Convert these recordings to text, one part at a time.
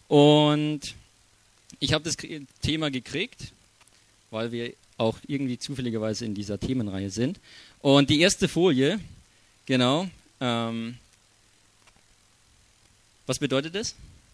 Und ich habe das Thema gekriegt, weil wir auch irgendwie zufälligerweise in dieser Themenreihe sind. Und die erste Folie, genau, was bedeutet das?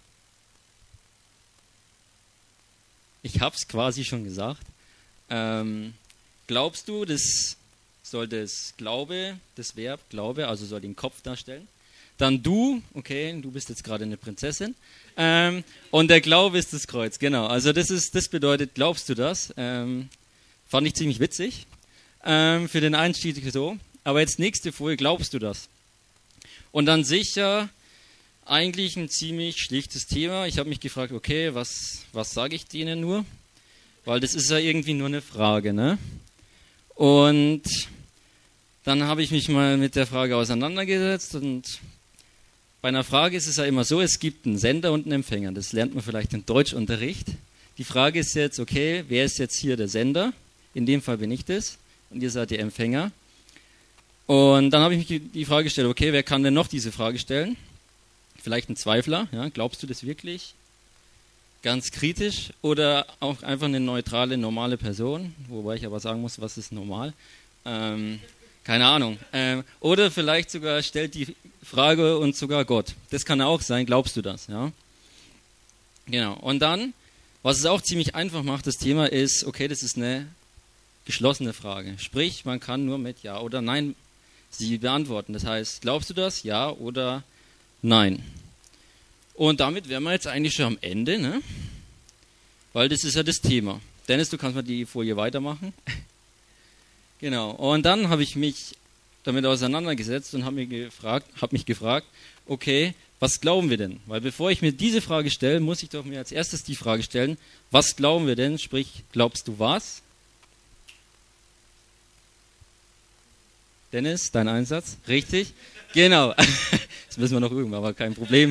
Ich habe es quasi schon gesagt. Glaubst du, das soll das Glaube, das Verb Glaube, also soll den Kopf darstellen. Dann du, okay, du bist jetzt gerade eine Prinzessin. Und der Glaube ist das Kreuz, genau. Also das bedeutet, glaubst du das? Fand ich ziemlich witzig. Für den Einstieg so. Aber jetzt nächste Folie, glaubst du das? Und dann sicher eigentlich ein ziemlich schlichtes Thema. Ich habe mich gefragt, okay, was sage ich denen nur? Weil das ist ja irgendwie nur eine Frage, ne? Und dann habe ich mich mal mit der Frage auseinandergesetzt und bei einer Frage ist es ja immer so, es gibt einen Sender und einen Empfänger. Das lernt man vielleicht im Deutschunterricht. Die Frage ist jetzt, okay, wer ist jetzt hier der Sender? In dem Fall bin ich das und ihr seid der Empfänger. Und dann habe ich mich die Frage gestellt, okay, wer kann denn noch diese Frage stellen? Vielleicht ein Zweifler, ja, glaubst du das wirklich? Ganz kritisch oder auch einfach eine neutrale, normale Person, wobei ich aber sagen muss, was ist normal? Keine Ahnung. Oder vielleicht sogar stellt die Frage und sogar Gott. Das kann auch sein, glaubst du das? Ja? Genau. Und dann, was es auch ziemlich einfach macht, das Thema ist, okay, das ist eine geschlossene Frage. Sprich, man kann nur mit Ja oder Nein sie beantworten. Das heißt, glaubst du das? Ja oder Nein. Und damit wären wir jetzt eigentlich schon am Ende, ne? Weil das ist ja das Thema. Dennis, du kannst mal die Folie weitermachen. Genau. Und dann habe ich mich damit auseinandergesetzt und habe mich gefragt, okay, was glauben wir denn? Weil bevor ich mir diese Frage stelle, muss ich doch mir als erstes die Frage stellen, was glauben wir denn? Sprich, glaubst du was? Dennis, dein Einsatz? Richtig? Genau. Das müssen wir noch üben, aber kein Problem.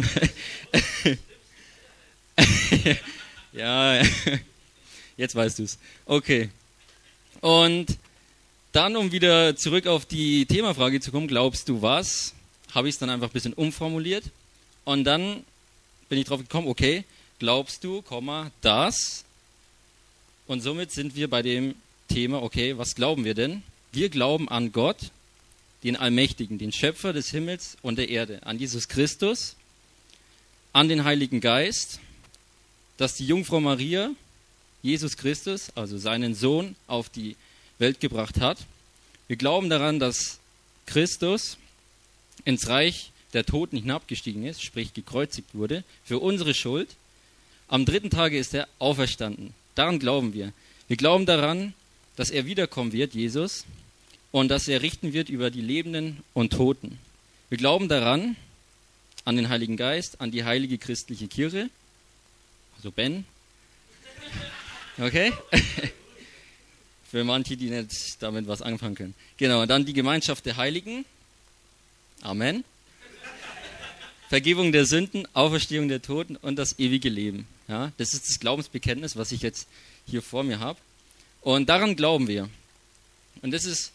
Ja, jetzt weißt du es. Okay. Und dann, um wieder zurück auf die Themafrage zu kommen, glaubst du was? Habe ich es dann einfach ein bisschen umformuliert. Und dann bin ich drauf gekommen, okay, glaubst du, das? Und somit sind wir bei dem Thema, okay, was glauben wir denn? Wir glauben an Gott, den Allmächtigen, den Schöpfer des Himmels und der Erde, an Jesus Christus, an den Heiligen Geist, dass die Jungfrau Maria Jesus Christus, also seinen Sohn, auf die Welt gebracht hat. Wir glauben daran, dass Christus ins Reich der Toten hinabgestiegen ist, sprich gekreuzigt wurde, für unsere Schuld. Am 3. Tage ist er auferstanden. Daran glauben wir. Wir glauben daran, dass er wiederkommen wird, Jesus, und dass er richten wird über die Lebenden und Toten. Wir glauben daran, an den Heiligen Geist, an die heilige christliche Kirche, also Ben. Okay? Für manche, die nicht damit was anfangen können. Genau, und dann die Gemeinschaft der Heiligen. Amen. Vergebung der Sünden, Auferstehung der Toten und das ewige Leben. Ja, das ist das Glaubensbekenntnis, was ich jetzt hier vor mir habe. Und daran glauben wir. Und das ist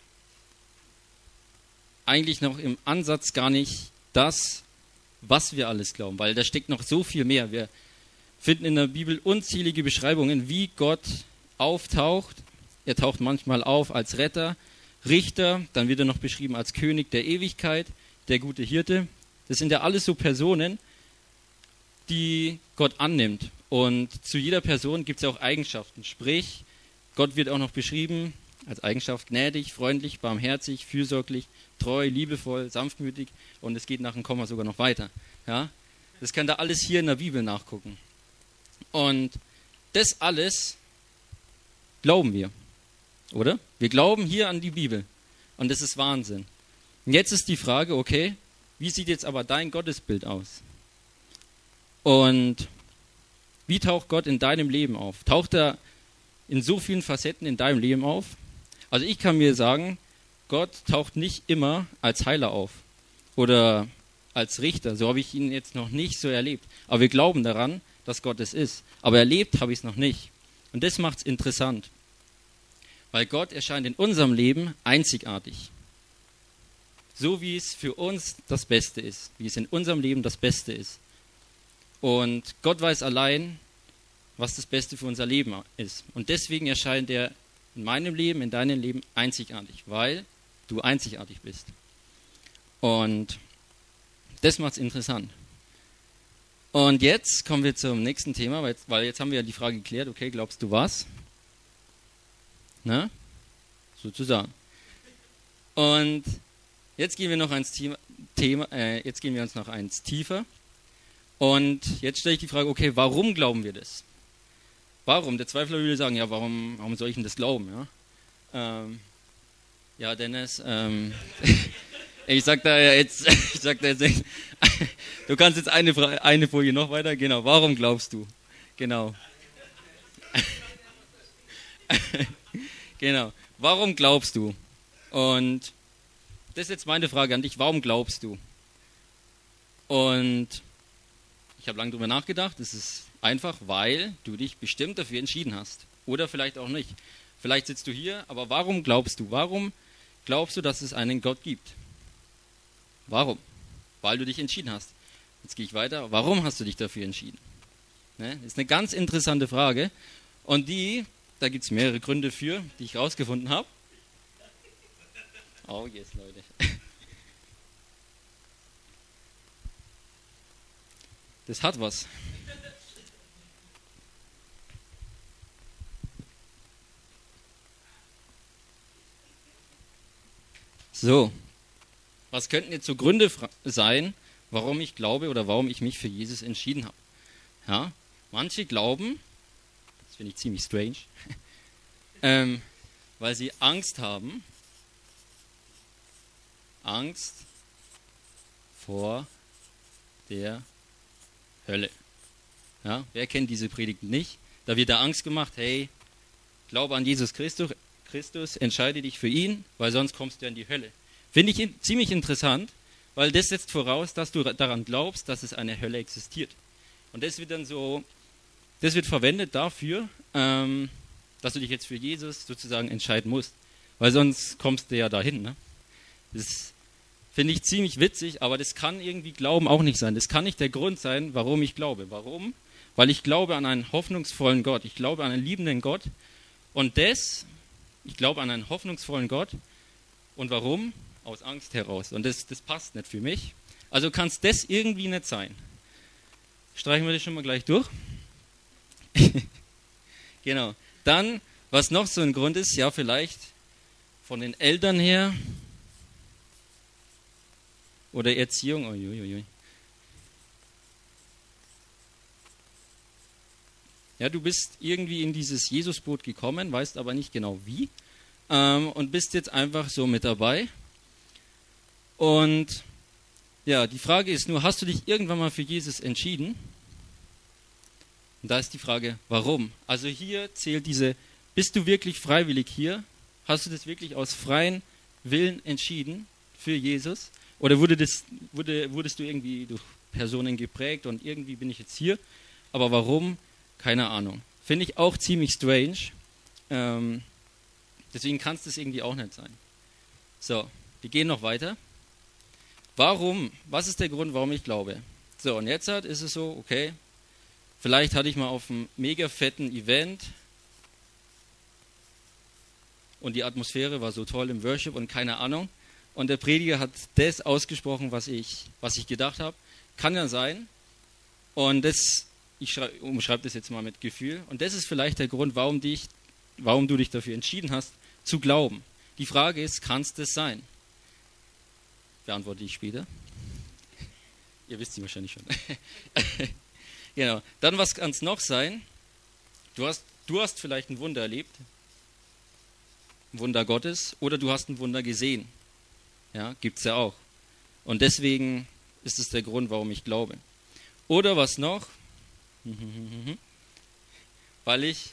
eigentlich noch im Ansatz gar nicht das, was wir alles glauben, weil da steckt noch so viel mehr. Wir finden in der Bibel unzählige Beschreibungen, wie Gott auftaucht. Er taucht manchmal auf als Retter, Richter, dann wird er noch beschrieben als König der Ewigkeit, der gute Hirte. Das sind ja alles so Personen, die Gott annimmt. Und zu jeder Person gibt es ja auch Eigenschaften. Sprich, Gott wird auch noch beschrieben als Eigenschaft gnädig, freundlich, barmherzig, fürsorglich, treu, liebevoll, sanftmütig. Und es geht nach dem Komma sogar noch weiter. Ja? Das könnt ihr alles hier in der Bibel nachgucken. Und das alles glauben wir, oder? Wir glauben hier an die Bibel. Und das ist Wahnsinn. Und jetzt ist die Frage, okay, wie sieht jetzt aber dein Gottesbild aus? Und wie taucht Gott in deinem Leben auf? Taucht er in so vielen Facetten in deinem Leben auf? Also ich kann mir sagen, Gott taucht nicht immer als Heiler auf oder als Richter. So habe ich ihn jetzt noch nicht so erlebt. Aber wir glauben daran, dass Gott es ist. Aber erlebt habe ich es noch nicht. Und das macht es interessant. Weil Gott erscheint in unserem Leben einzigartig. So wie es für uns das Beste ist. Wie es in unserem Leben das Beste ist. Und Gott weiß allein, was das Beste für unser Leben ist. Und deswegen erscheint er in meinem Leben, in deinem Leben einzigartig, weil du einzigartig bist. Und das macht es interessant. Und jetzt kommen wir zum nächsten Thema, weil jetzt haben wir ja die Frage geklärt, okay, glaubst du was? Na? Sozusagen. Und jetzt gehen wir noch jetzt gehen wir uns noch eins tiefer. Und jetzt stelle ich die Frage, okay, warum glauben wir das? Warum? Der Zweifler würde sagen, ja, warum soll ich denn das glauben? Ja, Dennis, ich sag da jetzt nicht, du kannst jetzt eine Folie noch weiter, genau, warum glaubst du? Genau. Genau, warum glaubst du? Und das ist jetzt meine Frage an dich, warum glaubst du? Und ich habe lange darüber nachgedacht, es ist einfach, weil du dich bestimmt dafür entschieden hast. Oder vielleicht auch nicht. Vielleicht sitzt du hier, aber warum glaubst du? Warum glaubst du, dass es einen Gott gibt? Warum? Weil du dich entschieden hast. Jetzt gehe ich weiter. Warum hast du dich dafür entschieden? Ne? Das ist eine ganz interessante Frage. Und da gibt es mehrere Gründe für, die ich rausgefunden habe. Oh yes, Leute. Das hat was. So, was könnten jetzt so Gründe sein, warum ich glaube oder warum ich mich für Jesus entschieden habe? Ja, manche glauben, das finde ich ziemlich strange, weil sie Angst haben, Angst vor der Hölle. Ja, wer kennt diese Predigt nicht? Da wird da Angst gemacht, hey, glaube an Jesus Christus, entscheide dich für ihn, weil sonst kommst du in die Hölle. Finde ich ziemlich interessant, weil das setzt voraus, dass du daran glaubst, dass es eine Hölle existiert. Und das wird dann das wird verwendet dafür, dass du dich jetzt für Jesus sozusagen entscheiden musst, weil sonst kommst du ja dahin. Ne? Das finde ich ziemlich witzig, aber das kann irgendwie Glauben auch nicht sein. Das kann nicht der Grund sein, warum ich glaube. Warum? Weil ich glaube an einen hoffnungsvollen Gott. Ich glaube an einen liebenden Gott. Und ich glaube an einen hoffnungsvollen Gott. Und warum? Aus Angst heraus. Und das passt nicht für mich. Also kann es das irgendwie nicht sein. Streichen wir das schon mal gleich durch. Genau. Dann, was noch so ein Grund ist, ja vielleicht von den Eltern her oder Erziehung. Uiuiui. Ja, du bist irgendwie in dieses Jesusboot gekommen, weißt aber nicht genau wie und bist jetzt einfach so mit dabei. Und ja, die Frage ist nur, hast du dich irgendwann mal für Jesus entschieden? Und da ist die Frage, warum? Also hier zählt bist du wirklich freiwillig hier? Hast du das wirklich aus freiem Willen entschieden für Jesus? Oder wurdest du irgendwie durch Personen geprägt und irgendwie bin ich jetzt hier? Aber warum? Keine Ahnung. Finde ich auch ziemlich strange. Deswegen kann es das irgendwie auch nicht sein. So, wir gehen noch weiter. Warum? Was ist der Grund, warum ich glaube? So, und jetzt ist es so, okay, vielleicht hatte ich mal auf einem mega fetten Event und die Atmosphäre war so toll im Worship und keine Ahnung. Und der Prediger hat das ausgesprochen, was ich gedacht habe. Kann ja sein. Und ich umschreibe das jetzt mal mit Gefühl. Und das ist vielleicht der Grund, warum du dich dafür entschieden hast, zu glauben. Die Frage ist, kann es das sein? Beantworte ich später. Ihr wisst sie wahrscheinlich schon. Genau. Dann, was kann es noch sein? Du hast vielleicht ein Wunder erlebt. Ein Wunder Gottes. Oder du hast ein Wunder gesehen. Ja, gibt es ja auch. Und deswegen ist es der Grund, warum ich glaube. Oder was noch? Weil ich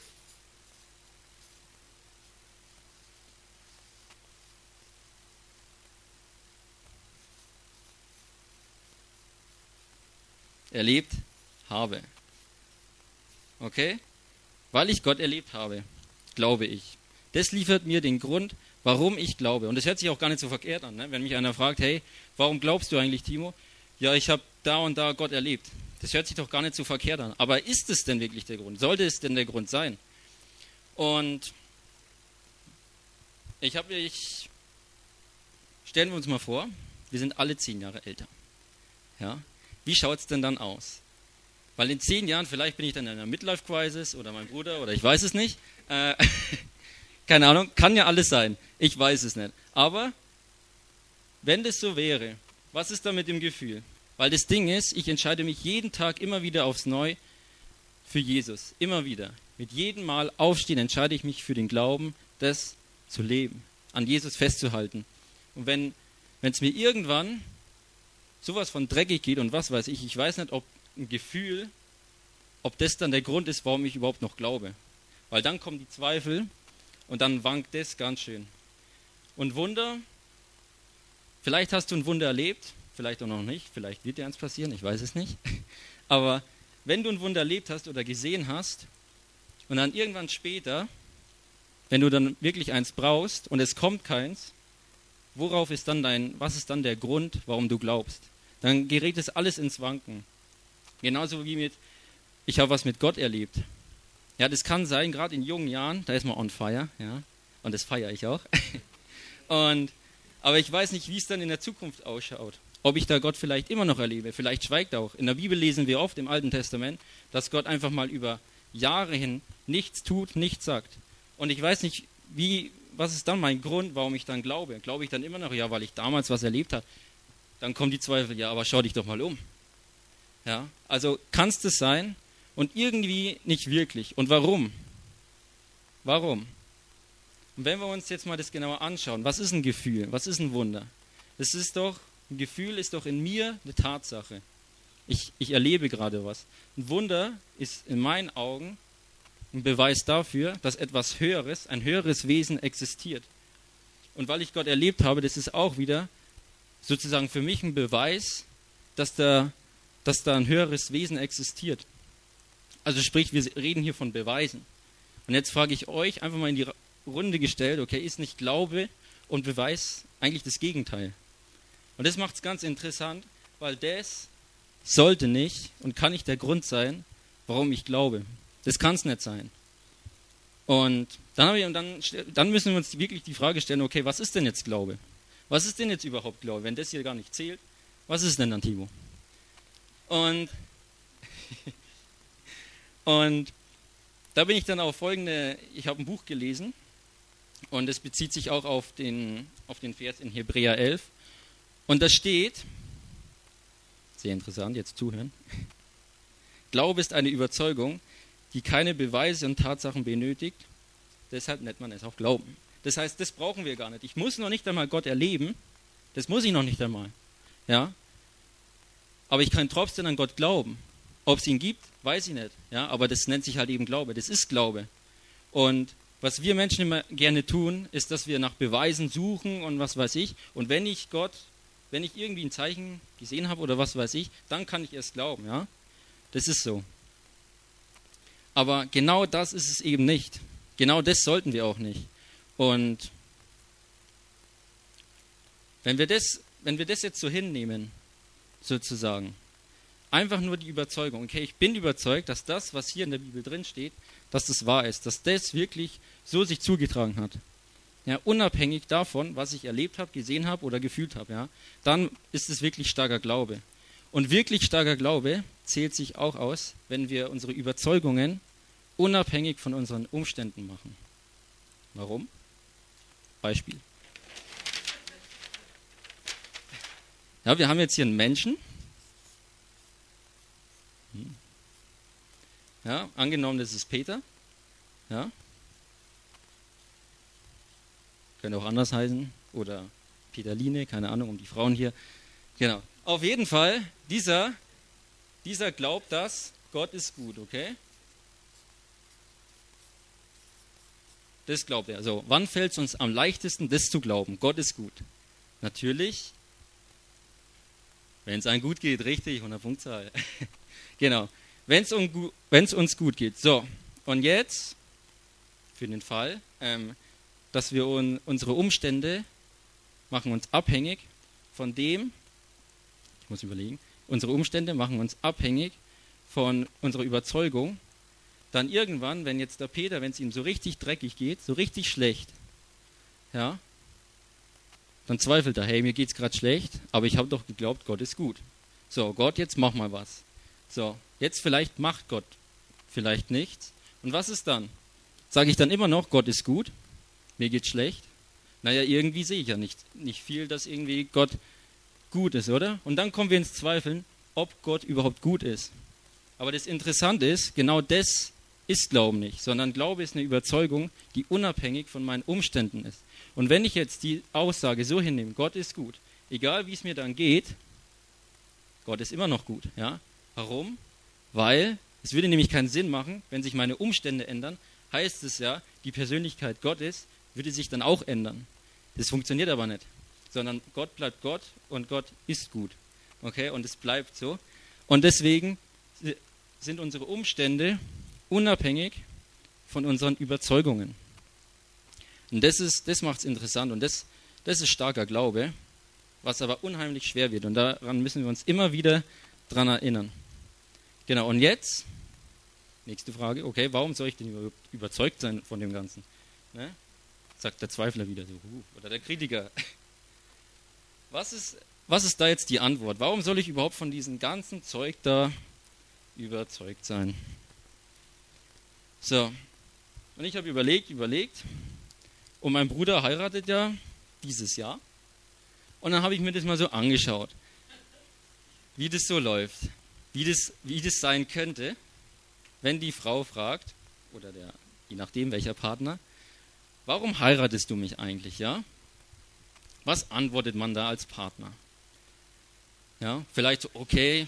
erlebt habe. Okay? Weil ich Gott erlebt habe, glaube ich. Das liefert mir den Grund, warum ich glaube. Und das hört sich auch gar nicht so verkehrt an, ne? Wenn mich einer fragt, hey, warum glaubst du eigentlich, Timo? Ja, ich habe da und da Gott erlebt. Das hört sich doch gar nicht so verkehrt an. Aber ist es denn wirklich der Grund? Sollte es denn der Grund sein? Und stellen wir uns mal vor, wir sind alle 10 Jahre älter. Ja? Wie schaut es denn dann aus? Weil in 10 Jahren, vielleicht bin ich dann in einer Midlife-Crisis oder mein Bruder oder ich weiß es nicht. Keine Ahnung, kann ja alles sein. Ich weiß es nicht. Aber wenn das so wäre, was ist da mit dem Gefühl? Weil das Ding ist, ich entscheide mich jeden Tag immer wieder aufs Neue für Jesus. Immer wieder. Mit jedem Mal aufstehen entscheide ich mich für den Glauben, das zu leben, an Jesus festzuhalten. Und wenn es mir irgendwann sowas von dreckig geht und was weiß ich weiß nicht, ob ein Gefühl, ob das dann der Grund ist, warum ich überhaupt noch glaube. Weil dann kommen die Zweifel und dann wankt das ganz schön. Und Wunder, vielleicht hast du ein Wunder erlebt, vielleicht auch noch nicht, vielleicht wird dir eins passieren, ich weiß es nicht. Aber wenn du ein Wunder erlebt hast oder gesehen hast und dann irgendwann später, wenn du dann wirklich eins brauchst und es kommt keins, was ist dann der Grund, warum du glaubst? Dann gerät es alles ins Wanken. Genauso wie ich habe was mit Gott erlebt. Ja, das kann sein, gerade in jungen Jahren, da ist man on fire, ja, und das feiere ich auch. Aber ich weiß nicht, wie es dann in der Zukunft ausschaut. Ob ich da Gott vielleicht immer noch erlebe, vielleicht schweigt er auch. In der Bibel lesen wir oft im Alten Testament, dass Gott einfach mal über Jahre hin nichts tut, nichts sagt. Und ich weiß nicht, was ist dann mein Grund, warum ich dann glaube? Glaube ich dann immer noch, ja, weil ich damals was erlebt habe? Dann kommen die Zweifel, ja, aber schau dich doch mal um. Ja, also kann es das sein? Und irgendwie nicht wirklich. Und warum? Warum? Und wenn wir uns jetzt mal das genauer anschauen, was ist ein Gefühl? Was ist ein Wunder? Ein Gefühl ist doch in mir eine Tatsache. Ich erlebe gerade was. Ein Wunder ist in meinen Augen ein Beweis dafür, dass etwas Höheres, ein höheres Wesen existiert. Und weil ich Gott erlebt habe, das ist auch wieder sozusagen für mich ein Beweis, dass da ein höheres Wesen existiert. Also sprich, wir reden hier von Beweisen. Und jetzt frage ich euch, einfach mal in die Runde gestellt, okay, ist nicht Glaube und Beweis eigentlich das Gegenteil? Und das macht es ganz interessant, weil das sollte nicht und kann nicht der Grund sein, warum ich glaube. Das kann es nicht sein. Und dann müssen wir uns wirklich die Frage stellen, okay, was ist denn jetzt Glaube? Was ist denn jetzt überhaupt Glaube? Wenn das hier gar nicht zählt, was ist denn dann, Timo? Und da bin ich dann auf ich habe ein Buch gelesen und es bezieht sich auch auf den Vers in Hebräer 11 und da steht, sehr interessant, jetzt zuhören, Glaube ist eine Überzeugung, die keine Beweise und Tatsachen benötigt, deshalb nennt man es auch Glauben. Das heißt, das brauchen wir gar nicht. Ich muss noch nicht einmal Gott erleben, das muss ich noch nicht einmal, ja, aber ich kann trotzdem an Gott glauben. Ob es ihn gibt, weiß ich nicht. Ja, aber das nennt sich halt eben Glaube. Das ist Glaube. Und was wir Menschen immer gerne tun, ist, dass wir nach Beweisen suchen und was weiß ich. Und wenn ich irgendwie ein Zeichen gesehen habe oder was weiß ich, dann kann ich erst glauben. Ja, das ist so. Aber genau das ist es eben nicht. Genau das sollten wir auch nicht. Und wenn wir das jetzt so hinnehmen, sozusagen, einfach nur die Überzeugung, okay, ich bin überzeugt, dass das, was hier in der Bibel drin steht, dass das wahr ist, dass das wirklich so sich zugetragen hat. Ja, unabhängig davon, was ich erlebt habe, gesehen habe oder gefühlt habe, ja, dann ist es wirklich starker Glaube. Und wirklich starker Glaube zählt sich auch aus, wenn wir unsere Überzeugungen unabhängig von unseren Umständen machen. Warum? Beispiel. Ja, wir haben jetzt hier einen Menschen. Ja, angenommen, das ist Peter. Ja. Könnte auch anders heißen. Oder Peterline, keine Ahnung, um die Frauen hier. Genau. Auf jeden Fall, dieser glaubt, dass Gott ist gut, okay? Das glaubt er. So, wann fällt es uns am leichtesten, das zu glauben? Gott ist gut. Natürlich, wenn es einem gut geht, richtig, 100 Punktzahl. Genau, wenn es uns gut geht. So, und jetzt, für den Fall, dass wir unsere Umstände machen uns abhängig von dem, ich muss überlegen, unsere Umstände machen uns abhängig von unserer Überzeugung, dann irgendwann, wenn jetzt der Peter, wenn es ihm so richtig dreckig geht, so richtig schlecht, ja, dann zweifelt er, hey, mir geht's gerade schlecht, aber ich habe doch geglaubt, Gott ist gut. So, Gott, jetzt mach mal was. So, jetzt vielleicht macht Gott vielleicht nichts. Und was ist dann? Sage ich dann immer noch, Gott ist gut, mir geht's schlecht? Naja, irgendwie sehe ich ja nicht viel, dass irgendwie Gott gut ist, oder? Und dann kommen wir ins Zweifeln, ob Gott überhaupt gut ist. Aber das Interessante ist, genau das ist Glauben nicht, sondern Glaube ist eine Überzeugung, die unabhängig von meinen Umständen ist. Und wenn ich jetzt die Aussage so hinnehme, Gott ist gut, egal wie es mir dann geht, Gott ist immer noch gut. Ja? Warum? Weil es würde nämlich keinen Sinn machen, wenn sich meine Umstände ändern, heißt es ja, die Persönlichkeit Gottes würde sich dann auch ändern. Das funktioniert aber nicht, sondern Gott bleibt Gott und Gott ist gut. Okay? Und es bleibt so. Und deswegen sind unsere Umstände unabhängig von unseren Überzeugungen. Und das macht es interessant und das ist starker Glaube, was aber unheimlich schwer wird. Und daran müssen wir uns immer wieder dran erinnern. Genau, und jetzt, nächste Frage, okay, warum soll ich denn überzeugt sein von dem Ganzen? Ne? Sagt der Zweifler wieder so, oder der Kritiker. Was ist da jetzt die Antwort? Warum soll ich überhaupt von diesem ganzen Zeug da überzeugt sein? So, und ich habe überlegt, und mein Bruder heiratet ja dieses Jahr. Und dann habe ich mir das mal so angeschaut, wie das so läuft, wie das sein könnte, wenn die Frau fragt, oder je nachdem welcher Partner, warum heiratest du mich eigentlich, ja? Was antwortet man da als Partner? Ja, vielleicht so, okay.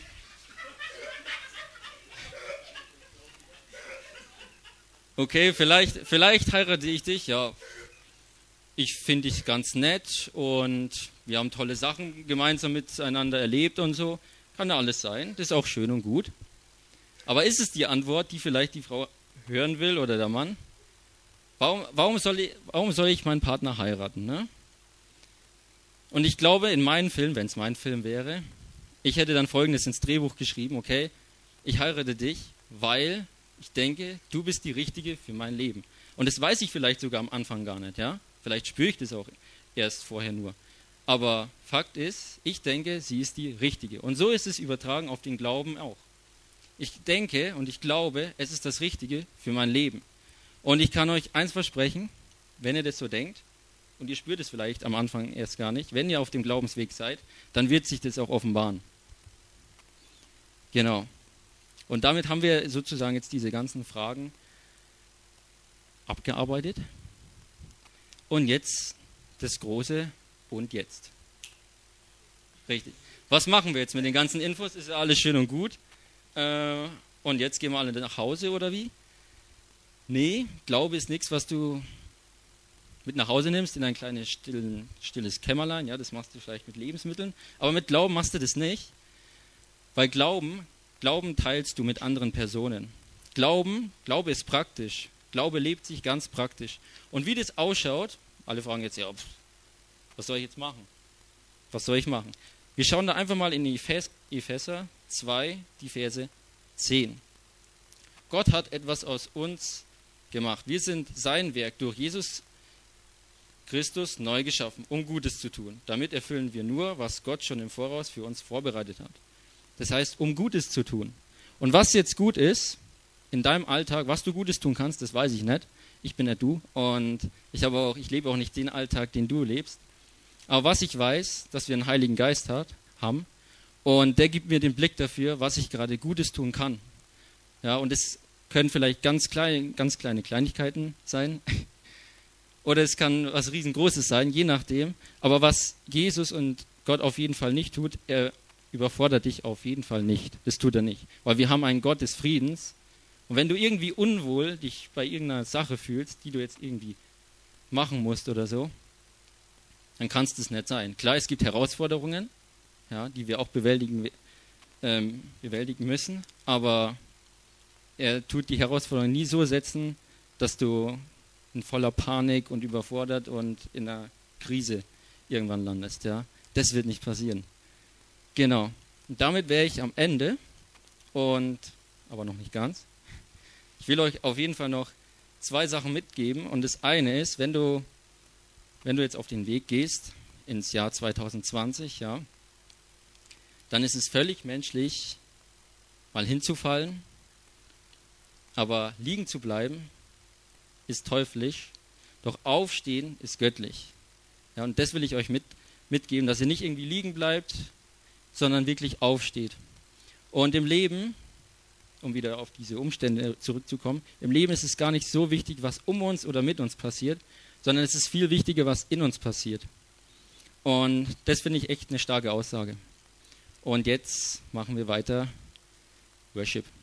Okay, vielleicht heirate ich dich, ja. Ich finde dich ganz nett und wir haben tolle Sachen gemeinsam miteinander erlebt und so. Kann ja alles sein, das ist auch schön und gut. Aber ist es die Antwort, die vielleicht die Frau hören will oder der Mann? Warum soll ich meinen Partner heiraten? Ne? Und ich glaube, in meinem Film, wenn es mein Film wäre, ich hätte dann Folgendes ins Drehbuch geschrieben, okay, ich heirate dich, weil ich denke, du bist die Richtige für mein Leben. Und das weiß ich vielleicht sogar am Anfang gar nicht, ja? Vielleicht spüre ich das auch erst vorher nur. Aber Fakt ist, ich denke, sie ist die Richtige. Und so ist es übertragen auf den Glauben auch. Ich denke und ich glaube, es ist das Richtige für mein Leben. Und ich kann euch eins versprechen, wenn ihr das so denkt, und ihr spürt es vielleicht am Anfang erst gar nicht, wenn ihr auf dem Glaubensweg seid, dann wird sich das auch offenbaren. Genau. Und damit haben wir sozusagen jetzt diese ganzen Fragen abgearbeitet. Und jetzt das große und jetzt. Richtig. Was machen wir jetzt mit den ganzen Infos? Ist ja alles schön und gut. Und jetzt gehen wir alle nach Hause oder wie? Nee, Glaube ist nichts, was du mit nach Hause nimmst in ein kleines stilles Kämmerlein. Ja, das machst du vielleicht mit Lebensmitteln. Aber mit Glauben machst du das nicht. Weil Glauben teilst du mit anderen Personen. Glaube ist praktisch. Glaube lebt sich ganz praktisch. Und wie das ausschaut, alle fragen jetzt, ja, was soll ich jetzt machen? Was soll ich machen? Wir schauen da einfach mal in Epheser 2, die Verse 10. Gott hat etwas aus uns gemacht. Wir sind sein Werk durch Jesus Christus neu geschaffen, um Gutes zu tun. Damit erfüllen wir nur, was Gott schon im Voraus für uns vorbereitet hat. Das heißt, um Gutes zu tun. Und was jetzt gut ist, in deinem Alltag, was du Gutes tun kannst, das weiß ich nicht. Ich bin nicht du und ich lebe auch nicht den Alltag, den du lebst. Aber was ich weiß, dass wir einen Heiligen Geist haben und der gibt mir den Blick dafür, was ich gerade Gutes tun kann. Ja, und es können vielleicht ganz kleine Kleinigkeiten sein oder es kann was riesengroßes sein, je nachdem. Aber was Jesus und Gott auf jeden Fall nicht tut, er überfordert dich auf jeden Fall nicht. Das tut er nicht, weil wir haben einen Gott des Friedens. Und wenn du irgendwie unwohl dich bei irgendeiner Sache fühlst, die du jetzt irgendwie machen musst oder so, dann kann es das nicht sein. Klar, es gibt Herausforderungen, ja, die wir auch bewältigen müssen, aber er tut die Herausforderungen nie so setzen, dass du in voller Panik und überfordert und in einer Krise irgendwann landest. Ja. Das wird nicht passieren. Genau. Und damit wäre ich am Ende und aber noch nicht ganz. Ich will euch auf jeden Fall noch 2 Sachen mitgeben. Und das eine ist, wenn du jetzt auf den Weg gehst ins Jahr 2020, ja, dann ist es völlig menschlich, mal hinzufallen, aber liegen zu bleiben ist teuflisch, doch aufstehen ist göttlich. Ja, und das will ich euch mitgeben, dass ihr nicht irgendwie liegen bleibt, sondern wirklich aufsteht. Und im Leben, um wieder auf diese Umstände zurückzukommen, im Leben ist es gar nicht so wichtig, was um uns oder mit uns passiert, sondern es ist viel wichtiger, was in uns passiert. Und das finde ich echt eine starke Aussage. Und jetzt machen wir weiter Worship.